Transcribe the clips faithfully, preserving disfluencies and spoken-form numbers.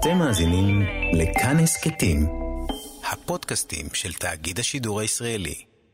אתם מאזינים לכאן הסכתים, הפודקאסטים של תאגיד השידור הישראלי.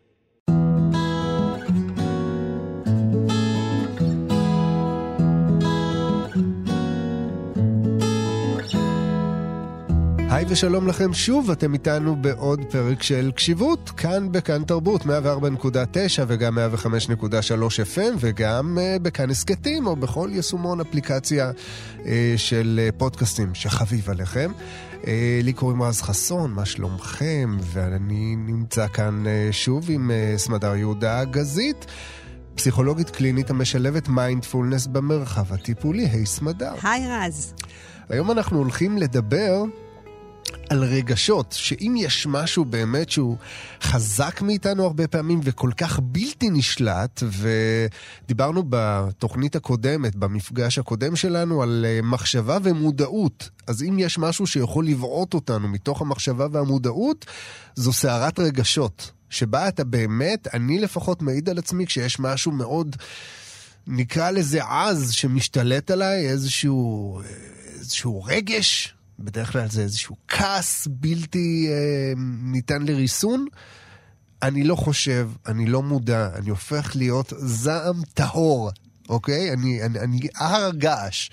היי ושלום לכם שוב, אתם איתנו בעוד פרק של קשיבות, כאן בכאן תרבות, מאה וארבע נקודה תשע וגם מאה וחמש נקודה שלוש אף אם, וגם uh, בכאן הסכתים, או בכל יישומון אפליקציה uh, של uh, פודקאסטים שחביב עליכם. Uh, לי קוראים רז חסון, מה שלומכם? ואני נמצא כאן uh, שוב עם uh, סמדר יהודה גזית, פסיכולוגית קלינית המשלבת מיינדפולנס במרחב הטיפולי. היי סמדר. היי רז. היום אנחנו הולכים לדבר על רגשות, שאם יש משהו באמת שהוא חזק מאיתנו הרבה פעמים וכל כך בלתי נשלט, ודיברנו בתוכנית הקודמת, במפגש הקודם שלנו, על מחשבה ומודעות. אז אם יש משהו שיכול לבעוט אותנו מתוך המחשבה והמודעות, זו סערת רגשות, שבה אתה באמת, אני לפחות מעיד על עצמי, כשיש משהו מאוד, נקרא לזה עז, שמשתלט עליי, איזשהו, איזשהו רגש, בדרך כלל זה איזשהו כעס בלתי אה, ניתן לריסון. אני לא חושב, אני לא מודע, אני הופך להיות זעם טהור, אוקיי? אני, אני, אני הר געש.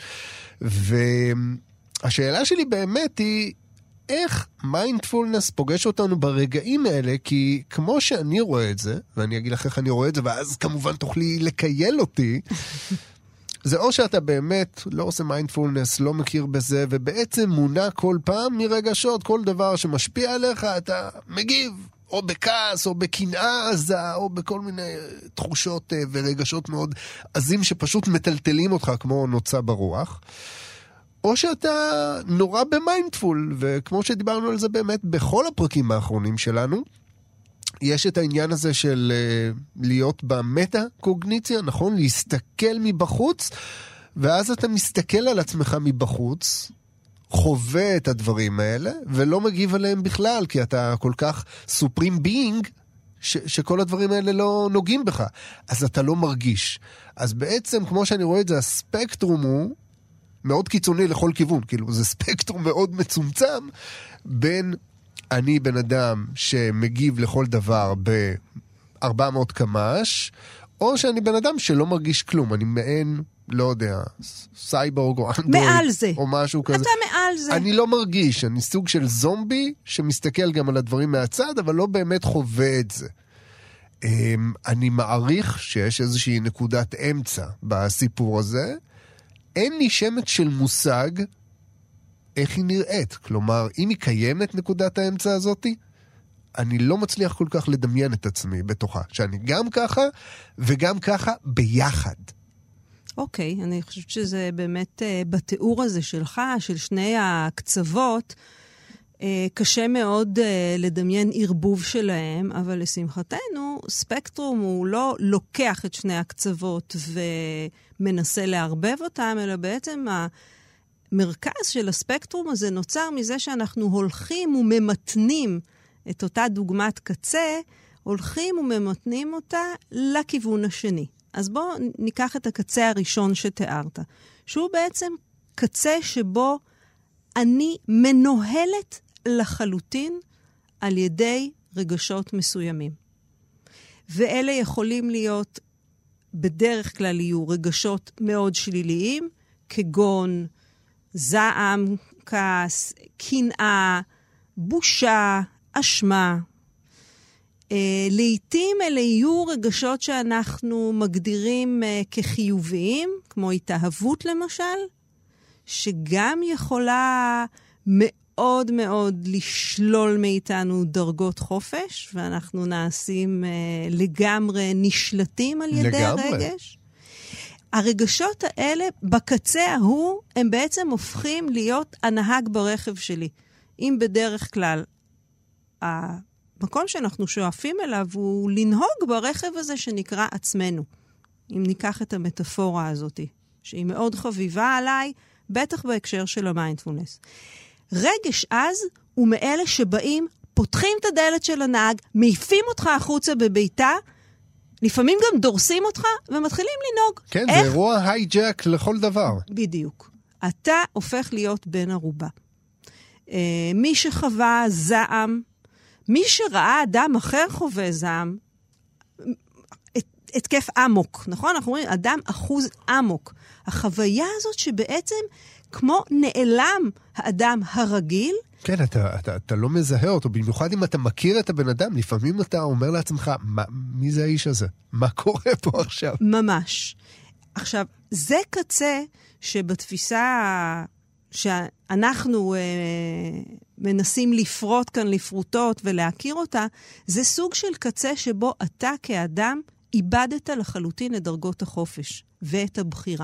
והשאלה שלי באמת היא, איך מיינדפולנס פוגש אותנו ברגעים האלה? כי כמו שאני רואה את זה, ואני אגיד לך איך אני רואה את זה, ואז כמובן תוכלי לקייל אותי, זה או שאתה באמת לא עושה מיינדפולנס, לא מכיר בזה, ובעצם מונע כל פעם מרגשות, כל דבר שמשפיע עליך, אתה מגיב, או בכעס, או בקנאה עזה, או בכל מיני תחושות ורגשות מאוד עזים שפשוט מטלטלים אותך כמו נוצה ברוח. או שאתה נורא במיינדפול, וכמו שדיברנו על זה באמת בכל הפרקים האחרונים שלנו, יש את העניין הזה של uh, להיות במטה-קוגניציה, נכון? להסתכל מבחוץ, ואז אתה מסתכל על עצמך מבחוץ, חווה את הדברים האלה, ולא מגיב עליהם בכלל, כי אתה כל כך סופרים ביינג, ש- שכל הדברים האלה לא נוגעים בך. אז אתה לא מרגיש. אז בעצם, כמו שאני רואה את זה, הספקטרום הוא מאוד קיצוני לכל כיוון. כאילו, זה ספקטרום מאוד מצומצם בין אני בן אדם שמגיב לכל דבר ב-ארבע מאות קמ"ש, או שאני בן אדם שלא מרגיש כלום. אני מעין, לא יודע, סייבורג או אנדרואיד, או משהו כזה. אתה מעל זה. אני לא מרגיש, אני סוג של זומבי שמסתכל גם על הדברים מהצד, אבל לא באמת חווה את זה. אני מעריך שיש איזושהי נקודת אמצע בסיפור הזה. אין לי שמץ של מושג איך היא נראית. כלומר, אם היא קיימת נקודת האמצע הזאת, אני לא מצליח כל כך לדמיין את עצמי בתוכה. שאני גם ככה וגם ככה ביחד. אוקיי, okay, אני חושבת שזה באמת uh, בתיאור הזה שלך, של שני הקצוות, uh, קשה מאוד uh, לדמיין ערבוב שלהם, אבל לשמחתנו, ספקטרום הוא לא לוקח את שני הקצוות ומנסה לערבב אותם, אלא בעצם ה... מרכז של הספקטרום הזה נוצר מזה שאנחנו הולכים וממתנים את אותה דוגמת קצה, הולכים וממתנים אותה לכיוון השני. אז בואו ניקח את הקצה הראשון שתיארת, שהוא בעצם קצה שבו אני מנוהלת לחלוטין על ידי רגשות מסוימים. ואלה יכולים להיות, בדרך כלל יהיו רגשות מאוד שליליים, כגון זעם, כעס, קנאה, בושה, אשמה. Uh, לעתים אלה יהיו רגשות שאנחנו מגדירים uh, כחיוביים, כמו התאהבות למשל, שגם יכולה מאוד מאוד לשלול מאיתנו דרגות חופש, ואנחנו נעשים uh, לגמרי נשלטים על ידי לגמרי. הרגש. הרגשות האלה בקצה ההוא, הם בעצם הופכים להיות הנהג ברכב שלי. אם בדרך כלל המקום שאנחנו שואפים אליו הוא לנהוג ברכב הזה שנקרא עצמנו. אם ניקח את המטאפורה הזאת, שהיא מאוד חביבה עליי, בטח בהקשר של המיינדפולנס. רגש אז הוא מאלה שבאים, פותחים את הדלת של הנהג, מעיפים אותך החוצה בביתה, לפעמים גם דורסים אותך ומתחילים לנהוג. כן, איך? זה אירוע הייג'ק לכל דבר. בדיוק. אתה הופך להיות בן ערובה. מי שחווה זעם, מי שראה אדם אחר חווה זעם, התקף עמוק, נכון? אנחנו אומרים, אדם אחוז עמוק. החוויה הזאת שבעצם כמו נעלם האדם הרגיל. כן, אתה, אתה, אתה לא מזהה אותו, במיוחד אם אתה מכיר את הבן אדם, לפעמים אתה אומר לעצמך, מה, מי זה האיש הזה? מה קורה פה עכשיו? ממש. עכשיו, זה קצה שבתפיסה שאנחנו אה, מנסים לפרוט כאן לפרוטות ולהכיר אותה, זה סוג של קצה שבו אתה כאדם איבדת לחלוטין את דרגות החופש ואת הבחירה.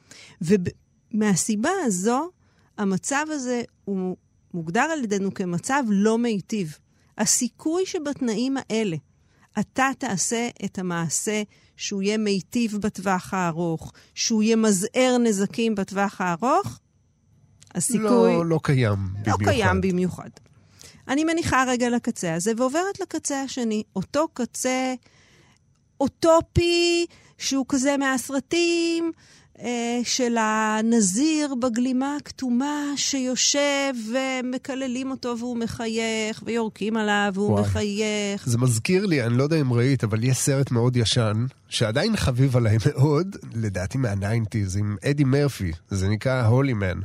ומהסיבה הזו, המצב הזה הוא מוגדר על ידינו כמצב לא מיטיב. הסיכוי שבתנאים האלה אתה תעשה את המעשה שהוא יהיה מיטיב בטווח הארוך, שהוא יהיה מזער נזקים בטווח הארוך, הסיכוי... לא, לא קיים במיוחד. לא קיים במיוחד. אני מניחה רגע לקצה הזה, ועוברת לקצה השני. אותו קצה אוטופי, שהוא כזה מהסרטים, אה, של הנזיר בגלימה הכתומה, שיושב ומקללים אותו והוא מחייך, ויורקים עליו והוא וואי. מחייך. זה מזכיר לי, אני לא יודע אם ראית, אבל יש סרט מאוד ישן, שעדיין חביב עליי מאוד, לדעתי מה-תשעים, עם אדי מרפי, זה נקרא הולי מן.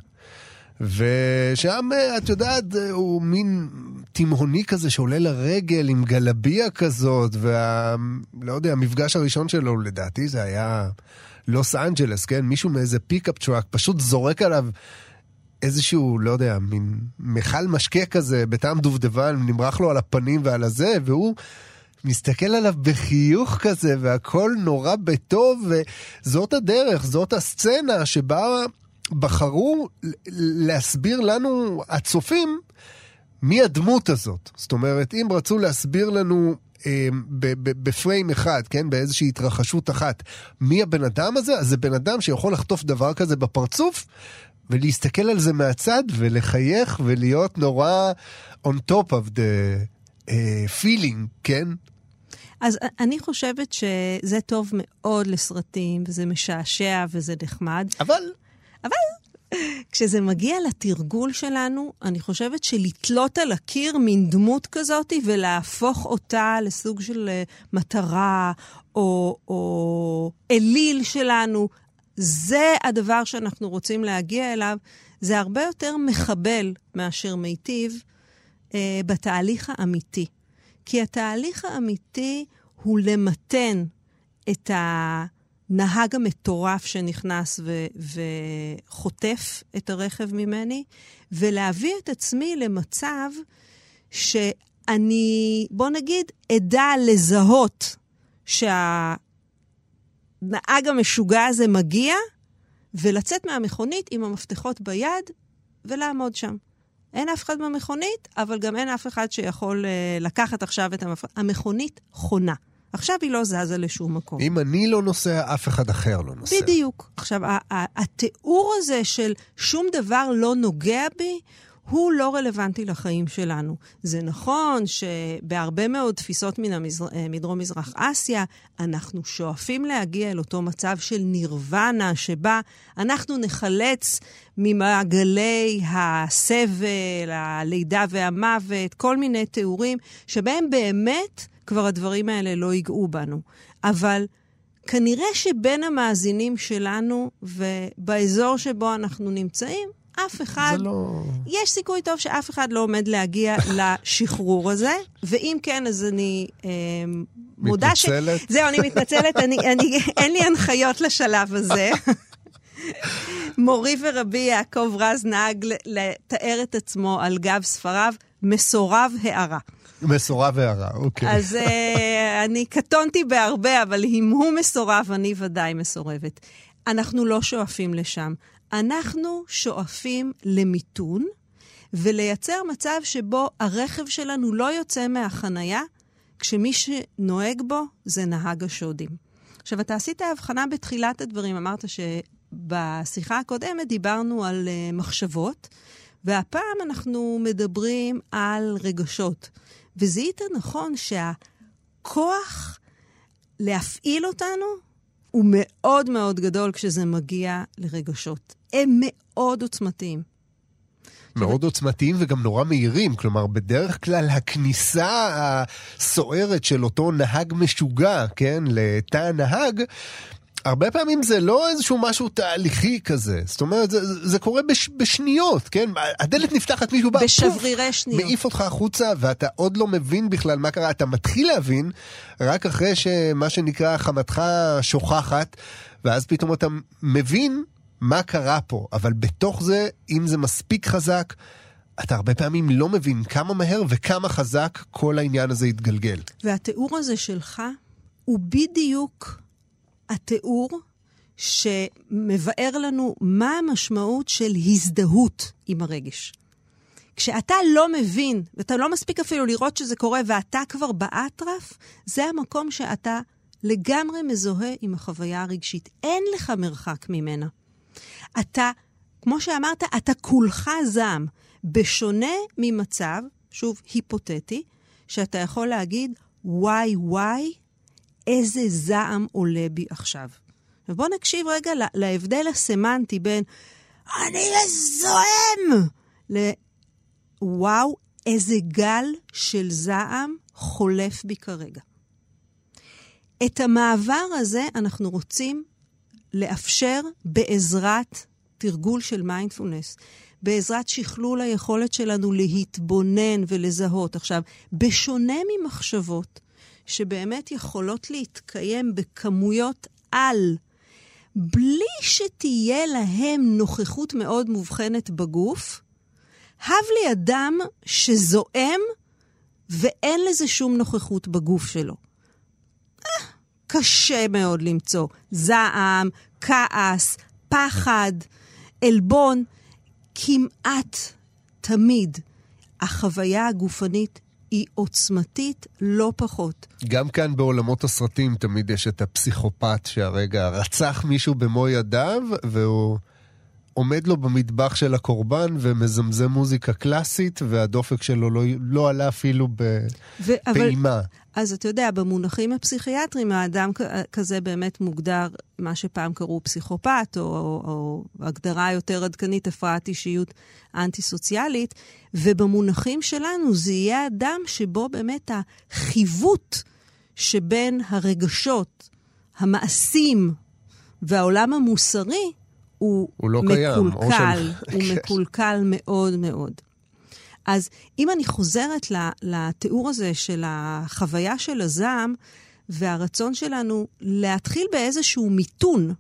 ושם, את יודעת, הוא מין תימהוני כזה שעולה לרגל עם גלביה כזאת, ולא יודע, המפגש הראשון שלו, לדעתי, זה היה לוס אנג'לס, כן? מישהו מאיזה פיקאפ טראק, פשוט זורק עליו איזשהו, לא יודע, מין מחל משקה כזה, בטעם דובדבן, נמרח לו על הפנים ועל הזה, והוא מסתכל עליו בחיוך כזה, והכל נורא בטוב, וזאת הדרך, זאת הסצנה שבה בחרו להסביר לנו, הצופים, מי הדמות הזאת. זאת אומרת, אם רצו להסביר לנו אה, בפריים אחד, כן, באיזושהי התרחשות אחת, מי הבן אדם הזה, אז זה בן אדם שיכול לחטוף דבר כזה בפרצוף, ולהסתכל על זה מהצד, ולחייך, ולהיות נורא on top of the uh, feeling, כן? אז אני חושבת שזה טוב מאוד לסרטים, וזה משעשע, וזה נחמד. אבל... אבל כשזה מגיע לתרגול שלנו, אני חושבת שלתלות על הקיר מין דמות כזאת, ולהפוך אותה לסוג של מטרה, או, או אליל שלנו, זה הדבר שאנחנו רוצים להגיע אליו. זה הרבה יותר מחבל מאשר מיטיב אה, בתהליך האמיתי. כי התהליך האמיתי הוא למתן את ה... נהג המטורף שנכנס ו- וחוטף את הרכב ממני, ולהביא את עצמי למצב שאני, בוא נגיד, עדה לזהות שהנהג המשוגע הזה מגיע, ולצאת מהמכונית עם המפתחות ביד, ולעמוד שם. אין אף אחד במכונית, אבל גם אין אף אחד שיכול uh, לקחת עכשיו את המפתחות. המכונית חונה. עכשיו היא לא זזה לשום מקום. אם אני לא נוסע, אף אחד אחר לא נוסע. בדיוק. עכשיו, התיאור הזה של שום דבר לא נוגע בי, הוא לא רלוונטי לחיים שלנו. זה נכון שבהרבה מאוד תפיסות מדרום מזרח אסיה, אנחנו שואפים להגיע אל אותו מצב של נירוונה, שבה אנחנו נחלץ ממעגלי הסבל, הלידה והמוות, כל מיני תיאורים, שבהם באמת כבר הדברים האלה לא ייגעו בנו. אבל כנראה שבין המאזינים שלנו ובאזור שבו אנחנו נמצאים, אף אחד, לא... יש סיכוי טוב שאף אחד לא עומד להגיע לשחרור הזה, ואם כן, אז אני אה, מודה ש... מתנצלת? זהו, אני מתנצלת, אני, אני, אין לי הנחיות לשלב הזה. מורי ורבי יעקב רז נהג לתאר את עצמו על גב ספריו, מסורב הערה. מסורב הערה, אוקיי. אז uh, אני קטונתי בהרבה, אבל אם הוא מסורב, אני ודאי מסורבת. אנחנו לא שואפים לשם. אנחנו שואפים למיתון, ולייצר מצב שבו הרכב שלנו לא יוצא מהחנייה, כשמי שנוהג בו זה נהג השודים. עכשיו, אתה עשית הבחנה בתחילת הדברים, אמרת שבשיחה הקודמת דיברנו על uh, מחשבות, והפעם אנחנו מדברים על רגשות. וזיהית נכון שהכוח להפעיל אותנו הוא מאוד מאוד גדול כשזה מגיע לרגשות. הם מאוד עוצמתיים. מאוד עוצמתיים וגם נורא מהירים, כלומר בדרך כלל הכניסה הסוערת של אותו נהג משוגע, כן, לתא הנהג, הרבה פעמים זה לא איזשהו משהו תהליכי כזה, זאת אומרת, זה, זה קורה בש, בשניות, כן? הדלת נפתחת, מישהו בא, בשברירי פוף, שניות. מעיף אותך החוצה, ואתה עוד לא מבין בכלל מה קרה, אתה מתחיל להבין, רק אחרי שמה שנקרא חמתך שוכחת, ואז פתאום אתה מבין מה קרה פה, אבל בתוך זה, אם זה מספיק חזק, אתה הרבה פעמים לא מבין כמה מהר וכמה חזק כל העניין הזה יתגלגל. והתיאור הזה שלך הוא בדיוק התיאור שמבאר לנו מה המשמעות של הזדהות עם הרגש. כשאתה לא מבין, ואתה לא מספיק אפילו לראות שזה קורה, ואתה כבר באטרף, זה המקום שאתה לגמרי מזוהה עם החוויה הרגשית. אין לך מרחק ממנה. אתה, כמו שאמרת, אתה כולך זעם, בשונה ממצב, שוב, היפותטי, שאתה יכול להגיד, וואי וואי, איזה זעם עולה בי עכשיו. ובוא נקשיב רגע להבדל הסמנטי בין אני זועם לוואו, איזה גל של זעם חולף בי כרגע. את המעבר הזה אנחנו רוצים לאפשר בעזרת תרגול של מיינדפולנס, בעזרת שכלול היכולת שלנו להתבונן ולזהות. עכשיו, בשונה ממחשבות, שבאמת יכולות להתקיים בכמויות על, בלי שתהיה להם נוכחות מאוד מובחנת בגוף, הב לי אדם שזועם ואין לזה שום נוכחות בגוף שלו. אה, קשה מאוד למצוא זעם, כעס, פחד, אלבון, כמעט תמיד החוויה הגופנית היא עוצמתית לא פחות. גם כאן בעולמות הסרטים תמיד יש את הפסיכופת שהרגע רצח מישהו במו ידיו, והוא עומד לו במטבח של הקורבן ומזמזם מוזיקה קלאסית, והדופק שלו לא, לא עלה אפילו בפעימה. אז אתה יודע, במונחים הפסיכיאטריים, האדם כזה באמת מוגדר מה שפעם קראו פסיכופת, או, או, או הגדרה יותר עדכנית, הפרעת אישיות אנטי-סוציאלית, ובמונחים שלנו זה יהיה אדם שבו באמת החיווט שבין הרגשות, המעשים והעולם המוסרי, הוא, הוא לא מקולקל, קיים, הוא מקולקל מאוד מאוד. אז אם אני חוזרת לתיאור הזה של החוויה של הזעם, והרצון שלנו להתחיל באיזשהו מיתון,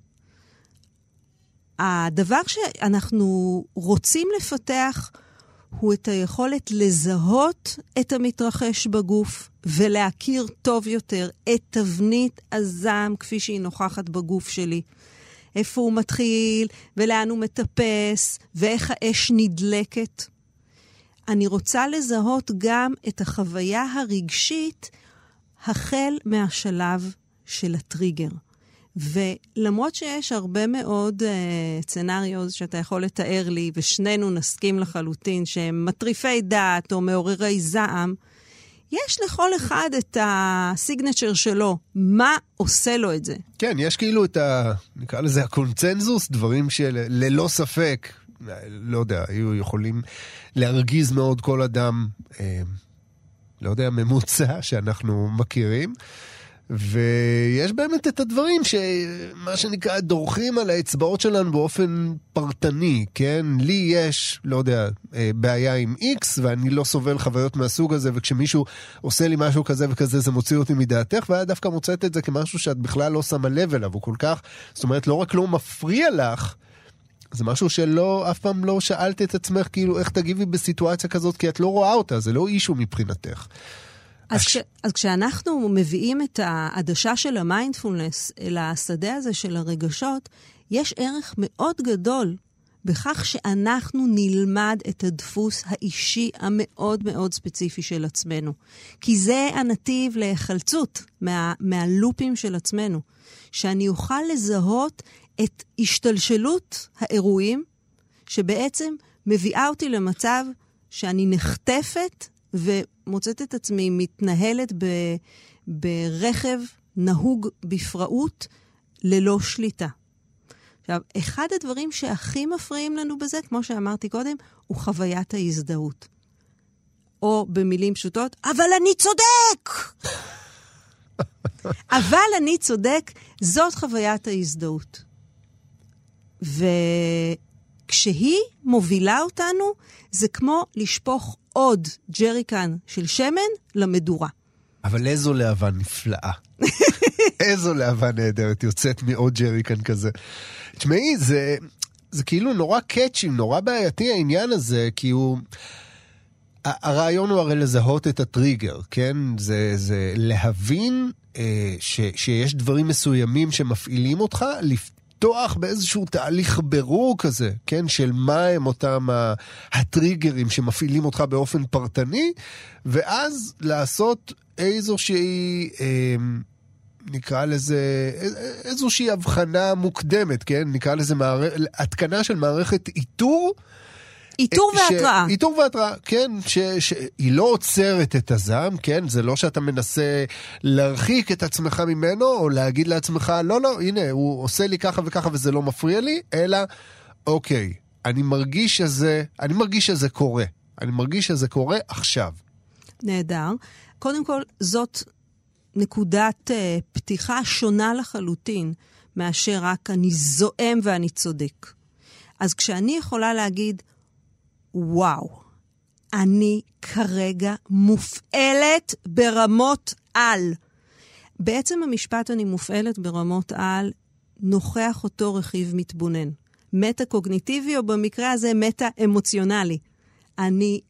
הדבר שאנחנו רוצים לפתח הוא את היכולת לזהות את המתרחש בגוף, ולהכיר טוב יותר את תבנית הזעם כפי שהיא נוכחת בגוף שלי. איפה הוא מתחיל, ולאן הוא מטפס, ואיך האש נדלקת. אני רוצה לזהות גם את החוויה הרגשית החל מהשלב של הטריגר. ולמרות שיש הרבה מאוד uh, סצנריוז שאתה יכול לתאר לי, ושנינו נסכים לחלוטין שהם מטריפי דעת או מעוררי זעם, יש לכל אחד את הסיגנצ'ר שלו, מה עושה לו את זה. כן, יש כאילו את ה... נקרא לזה הקונצנזוס, דברים שללא ספק, לא יודע, היו יכולים להרגיז מאוד כל אדם, אה, לא יודע, ממוצע שאנחנו מכירים, ויש באמת את הדברים שמה שנקרא דורכים על האצבעות שלנו באופן פרטני, כן? לי יש, לא יודע, בעיה עם X, ואני לא סובל חוויות מהסוג הזה, וכשמישהו עושה לי משהו כזה וכזה, זה מוציא אותי מדעתך, והיה דווקא מוצאת את זה כמשהו שאת בכלל לא שמה לב אליו, הוא כל כך, זאת אומרת, לא רק לא מפריע לך, זה משהו שלא, אף פעם לא שאלת את עצמך, כאילו, איך תגיבי בסיטואציה כזאת, כי את לא רואה אותה, זה לא אישו מבחינתך. אז, כש, אז כשאנחנו מביאים את העדשה של המיינדפולנס אל השדה הזה של הרגשות, יש ערך מאוד גדול בכך שאנחנו נלמד את הדפוס האישי המאוד מאוד ספציפי של עצמנו. כי זה הנתיב להיחלצות מה, מהלופים של עצמנו. שאני אוכל לזהות את השתלשלות האירועים, שבעצם מביאה אותי למצב שאני נחטפת ומוצאת את עצמי מתנהלת ב, ברכב נהוג בפראות ללא שליטה. עכשיו, אחד הדברים שהכי מפריעים לנו בזה, כמו שאמרתי קודם, הוא חוויית ההזדהות. או במילים פשוטות, אבל אני צודק! אבל אני צודק, זאת חוויית ההזדהות. וכשהיא מובילה אותנו, זה כמו לשפוך עוד ג'ריקן של שמן למדורה. אבל איזו להבה נפלאה. איזו להבה נהדרת, יוצאת מעוד ג'ריקן כזה. תשמעי, זה, זה כאילו נורא קאצ'י, נורא בעייתי העניין הזה, כי הוא... הרעיון הוא הרי לזהות את הטריגר, כן? זה, זה להבין אה, ש, שיש דברים מסוימים שמפעילים אותך, לפתוח באיזשהו תהליך ברור כזה, כן? של מה הם אותם הטריגרים שמפעילים אותך באופן פרטני, ואז לעשות איזושהי... אה, נקרא לזה, איזושהי הבחנה מוקדמת, כן? נקרא לזה מערכ... התקנה של מערכת איתור, איתור והתראה. איתור והתראה, כן, שהיא לא עוצרת את הזעם, כן, זה לא שאתה מנסה להרחיק את עצמך ממנו, או להגיד לעצמך, לא, לא, הנה, הוא עושה לי ככה וככה וזה לא מפריע לי, אלא, אוקיי, אני מרגיש שזה, אני מרגיש שזה קורה. אני מרגיש שזה קורה עכשיו. נהדר. קודם כל, זאת נקודת uh, פתיחה שונה לחלוטין, מאשר רק אני זועם ואני צודק. אז כשאני יכולה להגיד, וואו, אני כרגע מופעלת ברמות על. בעצם המשפט אני מופעלת ברמות על, נוכח אותו רכיב מתבונן. מטה-קוגניטיבי, או במקרה הזה מטה-אמוציונלי. אני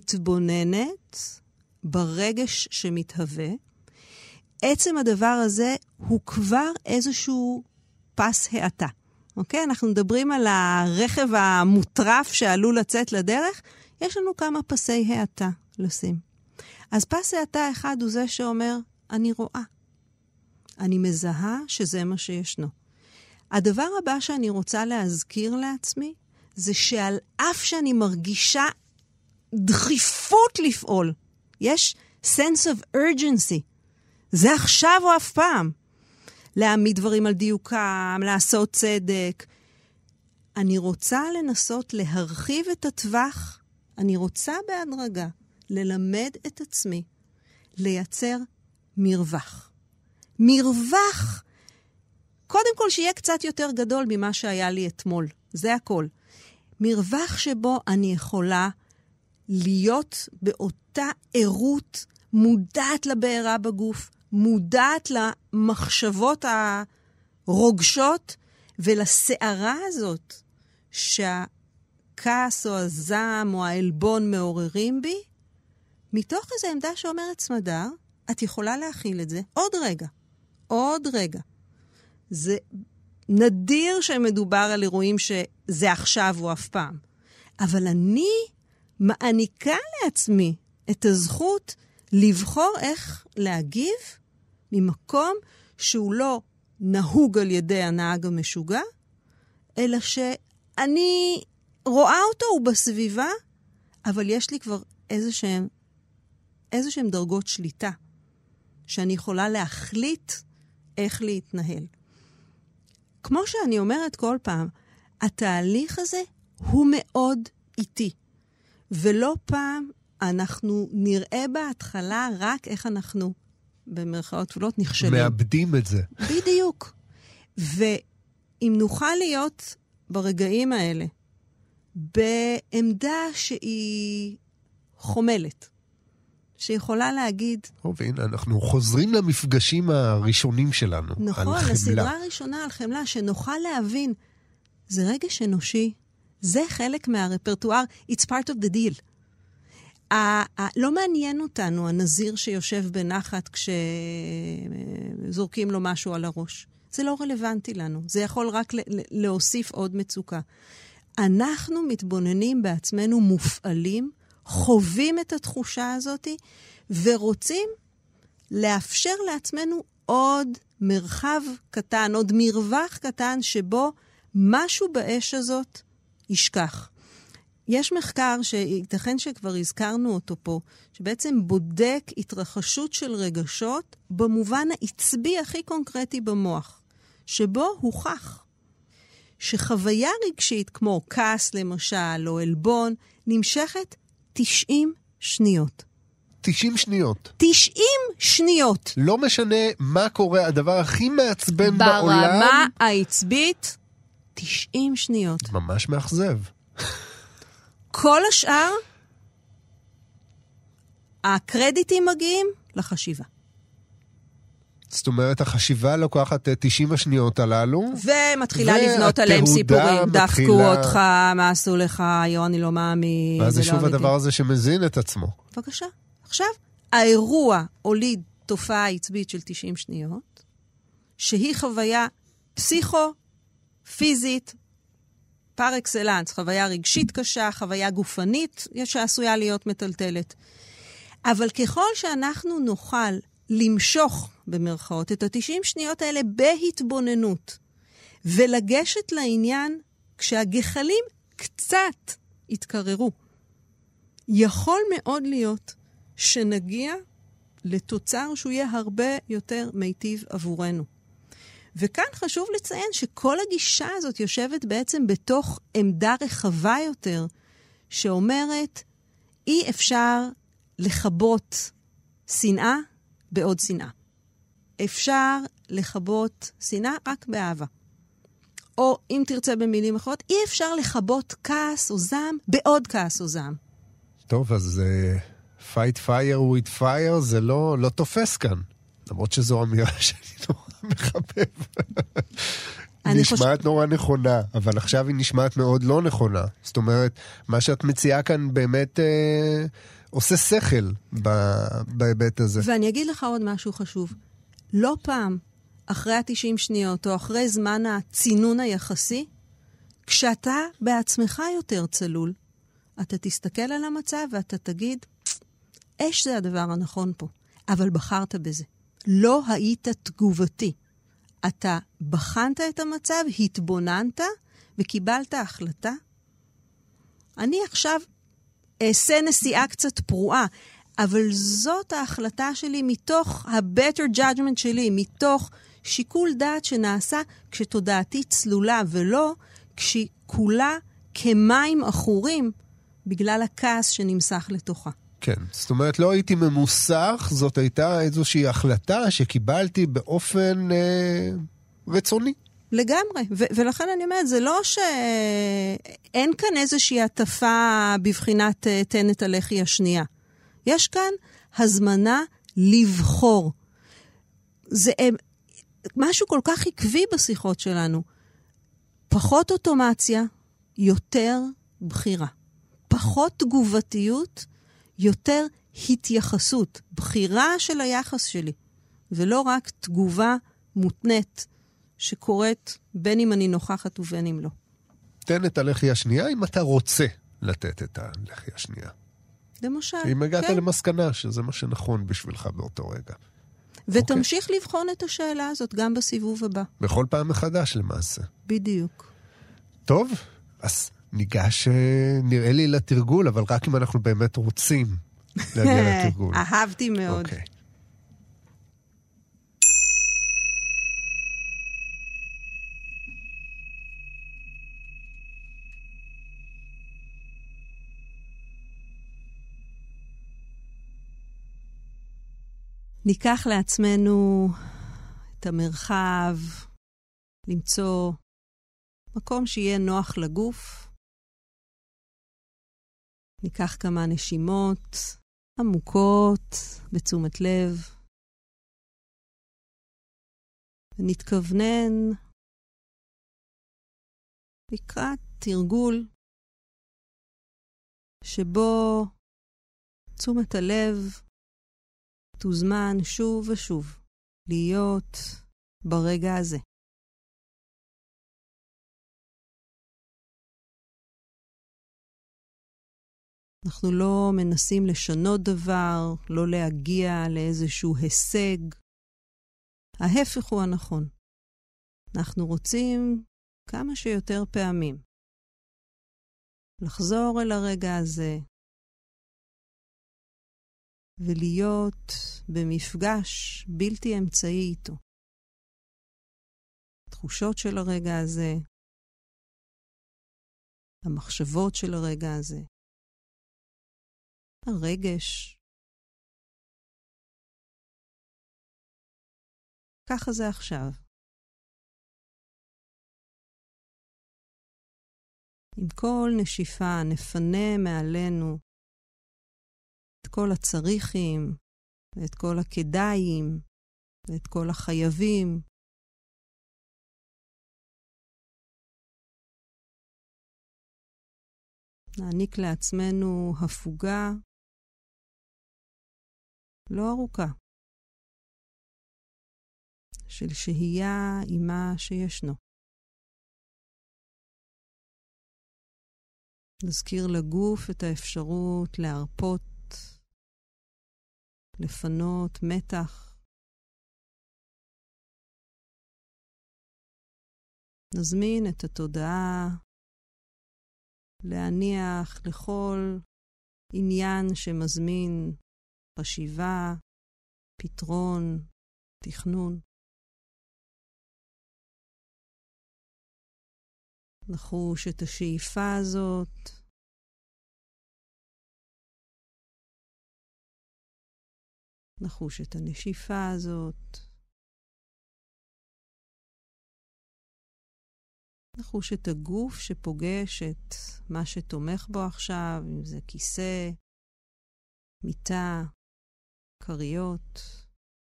מתבוננת ברגש שמתהווה. עצם הדבר הזה הוא כבר איזשהו פס העתה. אוקיי? אנחנו מדברים על הרכב המוטרף שעלול לצאת לדרך. יש לנו כמה פסי העתה לשים. אז פס העתה אחד הוא זה שאומר, אני רואה. אני מזהה שזה מה שישנו. הדבר הבא שאני רוצה להזכיר לעצמי, זה שעל אף שאני מרגישה דחיפות לפעול, יש sense of urgency. זה עכשיו או אף פעם. להעמיד דברים על דיוקם, לעשות צדק. אני רוצה לנסות להרחיב את הטווח, אני רוצה בהדרגה ללמד את עצמי, לייצר מרווח. מרווח, קודם כל שיהיה קצת יותר גדול ממה שהיה לי אתמול. זה הכל. מרווח שבו אני יכולה להיות באותה עירות, מודעת לבעירה בגוף, מודעת למחשבות הרוגשות ולסערה הזאת שהכעס או הזעם או העלבון מעוררים בי, מתוך איזו עמדה שאומרת סמדר, את יכולה להכיל את זה עוד רגע, עוד רגע. זה נדיר שמדובר על אירועים שזה עכשיו או אף פעם. אבל אני מעניקה לעצמי את הזכות לבחור איך להגיב ממקום שהוא לא נהוג על ידי הנהג המשוגע, אלא שאני רואה אותו, הוא בסביבה, אבל יש לי כבר איזשהם, איזשהם דרגות שליטה, שאני יכולה להחליט איך להתנהל. כמו שאני אומרת כל פעם, התהליך הזה הוא מאוד איטי, ולא פעם אנחנו נראה בהתחלה רק איך אנחנו, במרכאות תפולות, נכשלים. מאבדים את זה. בדיוק. ואם נוכל להיות ברגעים האלה, בעמדה שהיא חומלת, שיכולה להגיד... טוב, והנה, אנחנו חוזרים למפגשים הראשונים שלנו. נכון, על חמלה. הסדרה הראשונה על חמלה, שנוכל להבין, זה רגש אנושי, זה חלק מהרפרטואר, it's part of the deal. לא מעניין אותנו הנזיר שיושב בנחת כשזורקים לו משהו על הראש. זה לא רלוונטי לנו. זה יכול רק להוסיף עוד מצוקה. אנחנו מתבוננים בעצמנו מופעלים, חווים את התחושה הזאת, ורוצים לאפשר לעצמנו עוד מרחב קטן, עוד מרווח קטן, שבו משהו באש הזאת ישכח. יש מחקר שייתכן שכבר הזכרנו אותו פה, שבעצם בודק התרחשות של רגשות במובן העצבי הכי קונקרטי במוח, שבו הוכח שחוויה רגשית, כמו כעס למשל, או אלבון, נמשכת תשעים שניות. תשעים שניות. תשעים שניות. לא משנה מה קורה, הדבר הכי מעצבן בעולם. ברמה העצבית, תשעים שניות. ממש מאכזב. כל השאר, הקרדיטים מגיעים לחשיבה. זאת אומרת, החשיבה לוקחת תשעים השניות הללו. ומתחילה לבנות עליהם סיפורים. דפקו אותך, מה עשו לך, יו, אני לא מאמין. ואז זה שוב הדבר הזה שמזין את עצמו. בבקשה. עכשיו, האירוע הוליד תופעה עצבית של תשעים שניות, שהיא חוויה פסיכו, פיזית, פר אקסלנס, חוויה רגשית קשה, חוויה גופנית, שעשויה להיות מטלטלת. אבל ככל שאנחנו נוכל למשוך במרכאות את ה-תשעים שניות האלה בהתבוננות, ולגשת לעניין כשהגחלים קצת יתקררו, יכול מאוד להיות שנגיע לתוצר שהוא יהיה הרבה יותר מיטיב עבורנו. וכאן חשוב לציין שכל הגישה הזאת יושבת בעצם בתוך עמדה רחבה יותר, שאומרת, אי אפשר לחבות שנאה בעוד שנאה. אפשר לחבות שנאה רק באהבה. או אם תרצה במילים אחרות, אי אפשר לחבות כעס או זעם בעוד כעס או זעם. טוב, אז uh, fight fire with fire זה לא, לא תופס כאן. למרות שזו אמירה שאני נורא מחבב. היא נשמעת נורא נכונה, אבל עכשיו היא נשמעת מאוד לא נכונה. זאת אומרת, מה שאת מציעה כאן באמת אה, עושה שכל בהיבט הזה. ואני אגיד לך עוד משהו חשוב. לא פעם, אחרי ה-תשעים שניות, או אחרי זמן הצינון היחסי, כשאתה בעצמך יותר צלול, אתה תסתכל על המצב ואתה תגיד, אש זה הדבר הנכון פה, אבל בחרת בזה. לא היית תגובתי. אתה בחנת את המצב, התבוננת וקיבלת החלטה. אני עכשיו אעשה נסיעה קצת פרועה, אבל זאת ההחלטה שלי מתוך ה-better judgment שלי, מתוך שיקול דעת שנעשה כשתודעתי צלולה, ולא כשכולה כמים אחורים בגלל הכעס שנמסך לתוכה. כן, זאת אומרת, לא הייתי ממוסך, זאת הייתה איזושהי החלטה שקיבלתי באופן אה, רצוני. לגמרי, ו- ולכן אני אומרת, זה לא שאין כאן איזושהי עטפה בבחינת uh, תן את הלחי השנייה. יש כאן הזמנה לבחור. זה uh, משהו כל כך עקבי בשיחות שלנו. פחות אוטומציה, יותר בחירה. פחות תגובתיות, יותר התייחסות, בחירה של היחס שלי, ולא רק תגובה מותנית שקורית בין אם אני נוכחת ובין אם לא. תן את הלחי השנייה אם אתה רוצה לתת את הלחי השנייה. למשל, אם הגעת כן. למסקנה שזה מה שנכון בשבילך באותו רגע. ותמשיך okay. לבחון את השאלה הזאת גם בסיבוב הבא. בכל פעם מחדש למעשה. בדיוק. טוב, אז ניגש, נראה לי לתרגול, אבל רק אם אנחנו באמת רוצים להגיע לתרגול. אהבתי מאוד. אוקיי. ניקח לעצמנו את המרחב, למצוא מקום שיהיה נוח לגוף. ניקח כמה נשימות עמוקות בתשומת לב. ונתכוונן לקראת תרגול שבו תשומת הלב תוזמן שוב ושוב להיות ברגע הזה. אנחנו לא מנסים לשנות דבר, לא להגיע לאיזשהו הישג. ההפך הוא הנכון. אנחנו רוצים כמה שיותר פעמים לחזור אל הרגע הזה ולהיות במפגש בלתי אמצעי איתו. תחושות של הרגע הזה, המחשבות של הרגע הזה, הרגש. ככה זה עכשיו. עם כל נשיפה נפנה מעלינו את כל הצריכים, ואת כל הכדאיים, ואת כל החייבים. נעניק לעצמנו הפוגה לא ארוכה, של שהייה עם מה שישנו. נזכיר לגוף את האפשרות להרפות, לפנות מתח. נזמין את התודעה להניח לכל עניין שמזמין חשיבה, פתרון, תכנון. נחוש את השאיפה הזאת. נחוש את הנשיפה הזאת. נחוש את הגוף שפוגש את מה שתומך בו עכשיו, אם זה כיסא, מיטה, קריות.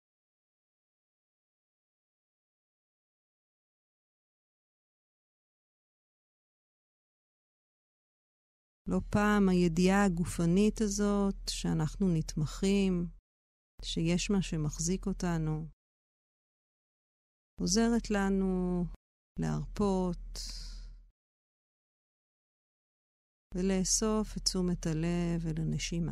לא פעם הידיעה הגופנית הזאת שאנחנו נתמכים, שיש מה שמחזיק אותנו, עוזרת לנו להרפות ולאסוף את תשומת הלב ולנשימה.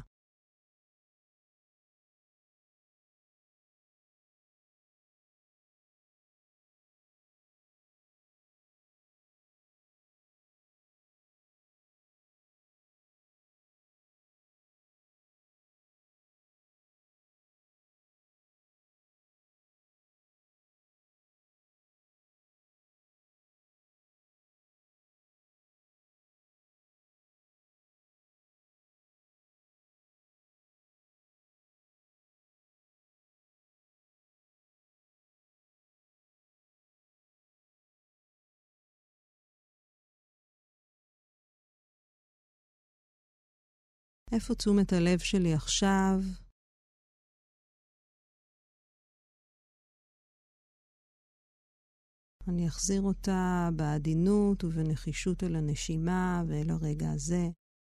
איפה תשומת הלב שלי עכשיו? אני אחזיר אותה בעדינות ובנחישות אל הנשימה ואל הרגע הזה.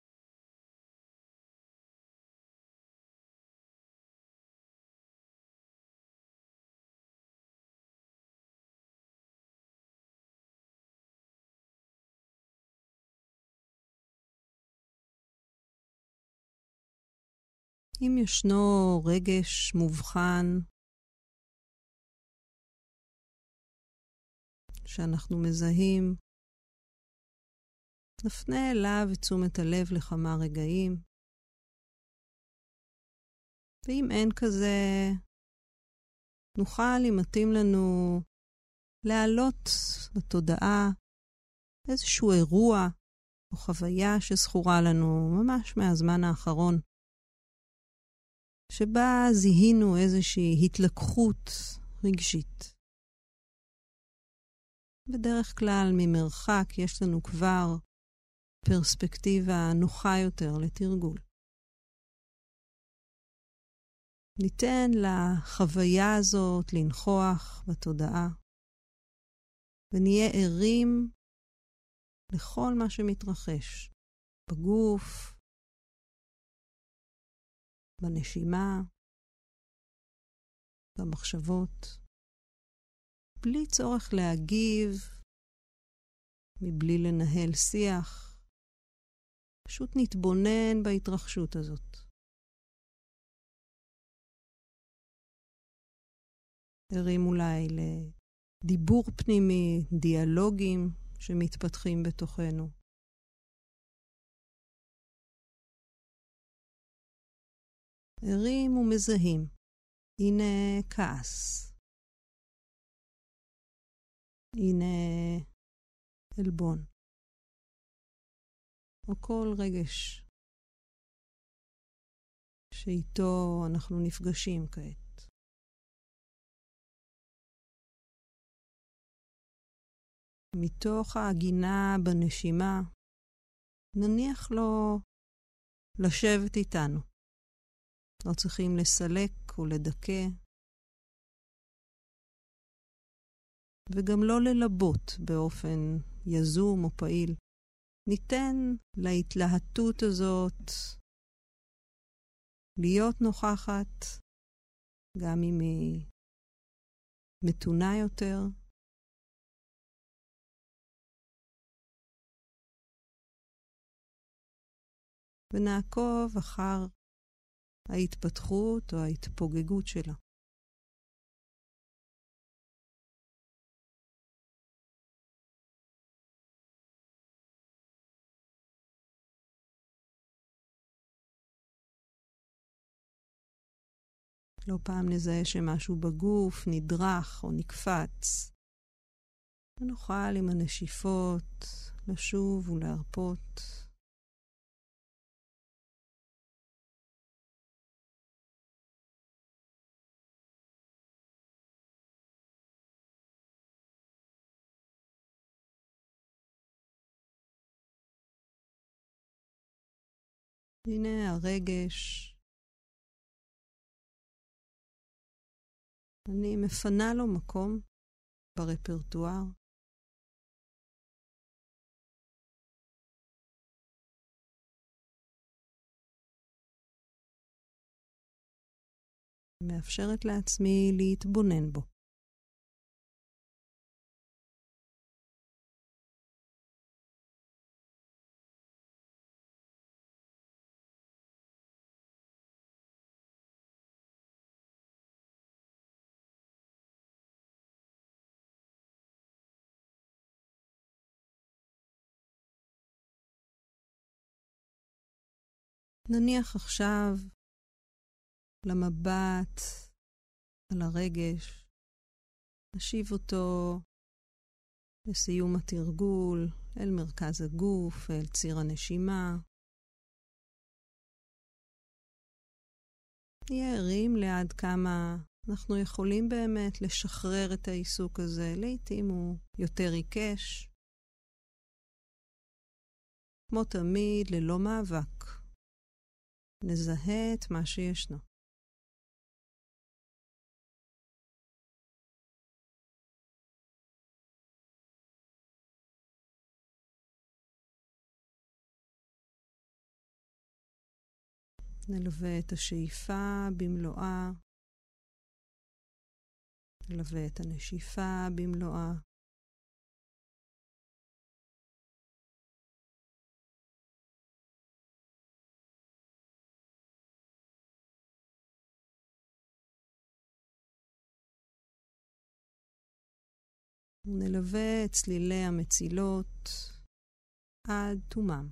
אם ישנו רגש מובחן שאנחנו מזהים, נפנה אליו את תשומת הלב לכמה רגעים. ואם אין כזה, נוכל, אם מתאים לנו, להעלות לתודעה איזשהו אירוע או חוויה שזכורה לנו ממש מהזמן האחרון, שבה זיהינו איזושהי התלקחות רגשית. בדרך כלל ממרחק יש לנו כבר פרספקטיבה נוחה יותר לתרגול. ניתן לחוויה הזאת לנחוח בתודעה, ונהיה ערים לכל מה שמתרחש בגוף, בנשימה, במחשבות, בלי צורך להגיב, מבלי לנהל שיח, פשוט נתבונן בהתרחשות הזאת. ערים אולי לדיבור פנימי, דיאלוגים שמתפתחים בתוכנו. ערים ומזהים. הנה כעס. הנה אלבון. או כל רגש שאיתו אנחנו נפגשים כעת. מתוך ההגינה בנשימה, נניח לו לשבת איתנו. לא צריכים לסלק או לדכא, וגם לא ללבות באופן יזום או פעיל. ניתן להתלהטות הזאת להיות נוכחת, גם אם היא מתונה יותר. ונעקוב אחר ההתפתחות או ההתפוגגות שלה. לא פעם נזהה שמשהו בגוף נדרך או נקפץ. ונוכל עם הנשיפות לשוב ולהרפות. הנה הרגש. אני מפנה לו מקום ברפרטואר. מאפשרת לעצמי להתבונן בו. נניח עכשיו למבט על הרגש, נשיב אותו לסיום התרגול, אל מרכז הגוף, אל ציר הנשימה. נהיה ערים לעד כמה אנחנו יכולים באמת לשחרר את העיסוק הזה. לעתים הוא יותר עיקש. כמו תמיד, ללא מאבק. נזהה את מה שישנו. נלווה את השאיפה במלואה. נלווה את הנשיפה במלואה. נלווה את צלילי המצילות עד תומם.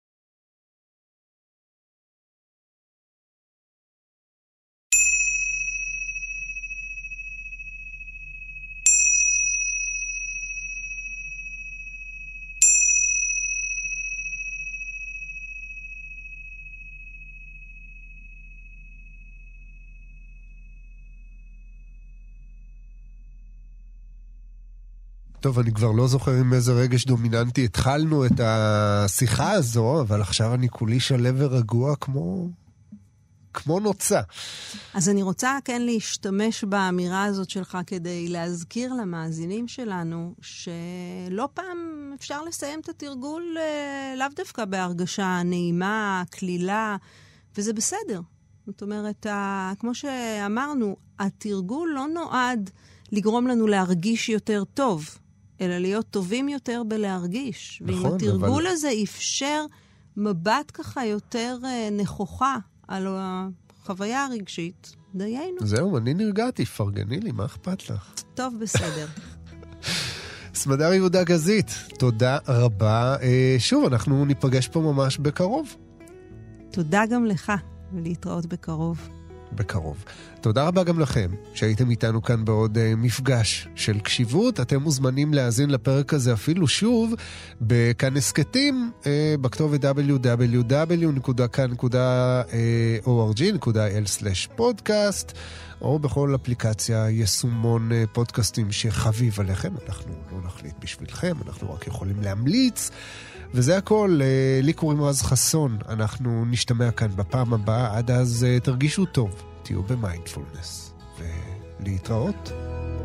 טוב, אני כבר לא זוכר עם איזה רגש דומיננטי התחלנו את השיחה הזו, אבל עכשיו אני כולי שלב ורגוע כמו, כמו נוצה. אז אני רוצה כן להשתמש באמירה הזאת שלך כדי להזכיר למאזינים שלנו שלא פעם אפשר לסיים את התרגול לאו דווקא בהרגשה נעימה, כלילה, וזה בסדר. זאת אומרת, כמו שאמרנו, התרגול לא נועד לגרום לנו להרגיש יותר טוב, אלא להיות טובים יותר בלהרגיש. נכון, ואם התרגול אבל... הזה אפשר מבט ככה יותר נכוחה על החוויה הרגשית, דיינו. זהו, אני נרגעתי, פרגני לי, מה אכפת לך? טוב, בסדר. סמדר יהודה גזית, תודה רבה. שוב, אנחנו ניפגש פה ממש בקרוב. תודה גם לך, ולהתראות בקרוב. בקרוב. תודה רבה גם לכם שהייתם איתנו כאן בעוד uh, מפגש של קשיבות. אתם מוזמנים להאזין לפרק הזה אפילו שוב בכאן הסקטים uh, בכתובת דאבליו דאבליו דאבליו נקודה כאן נקודה או אר ג'י נקודה איי אל סלש פודקאסט או בכל אפליקציה יישומון uh, פודקאסטים שחביב עליכם. אנחנו לא נחליט בשבילכם, אנחנו רק יכולים להמליץ. וזה הכל, לי קוראים רז חסון, אנחנו נשתמע כאן בפעם הבאה, עד אז תרגישו טוב, תהיו במיינדפולנס, ולהתראות.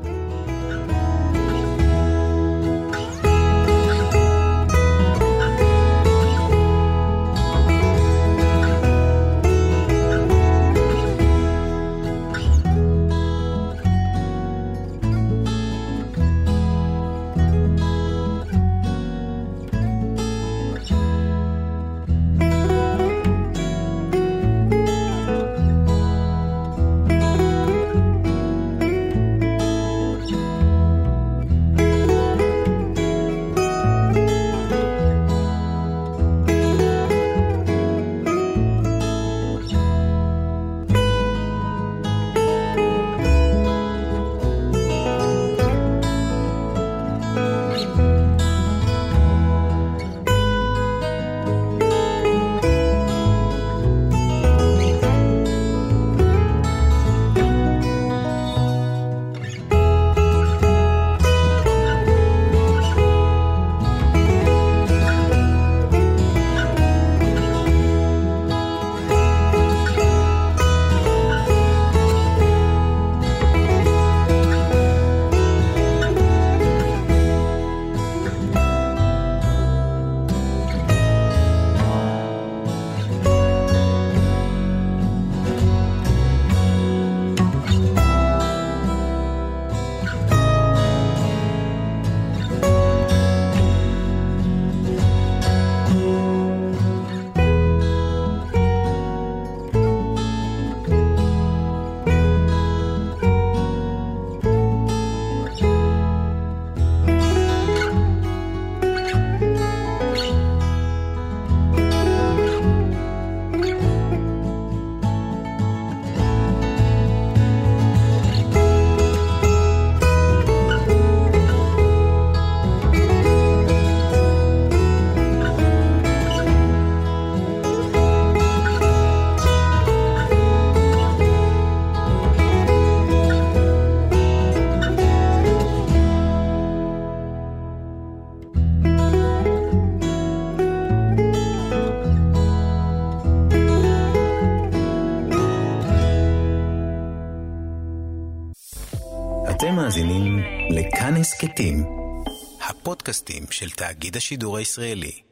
אתם מאזינים לכאן הסקטים, הפודקאסטים של תאגיד השידור הישראלי.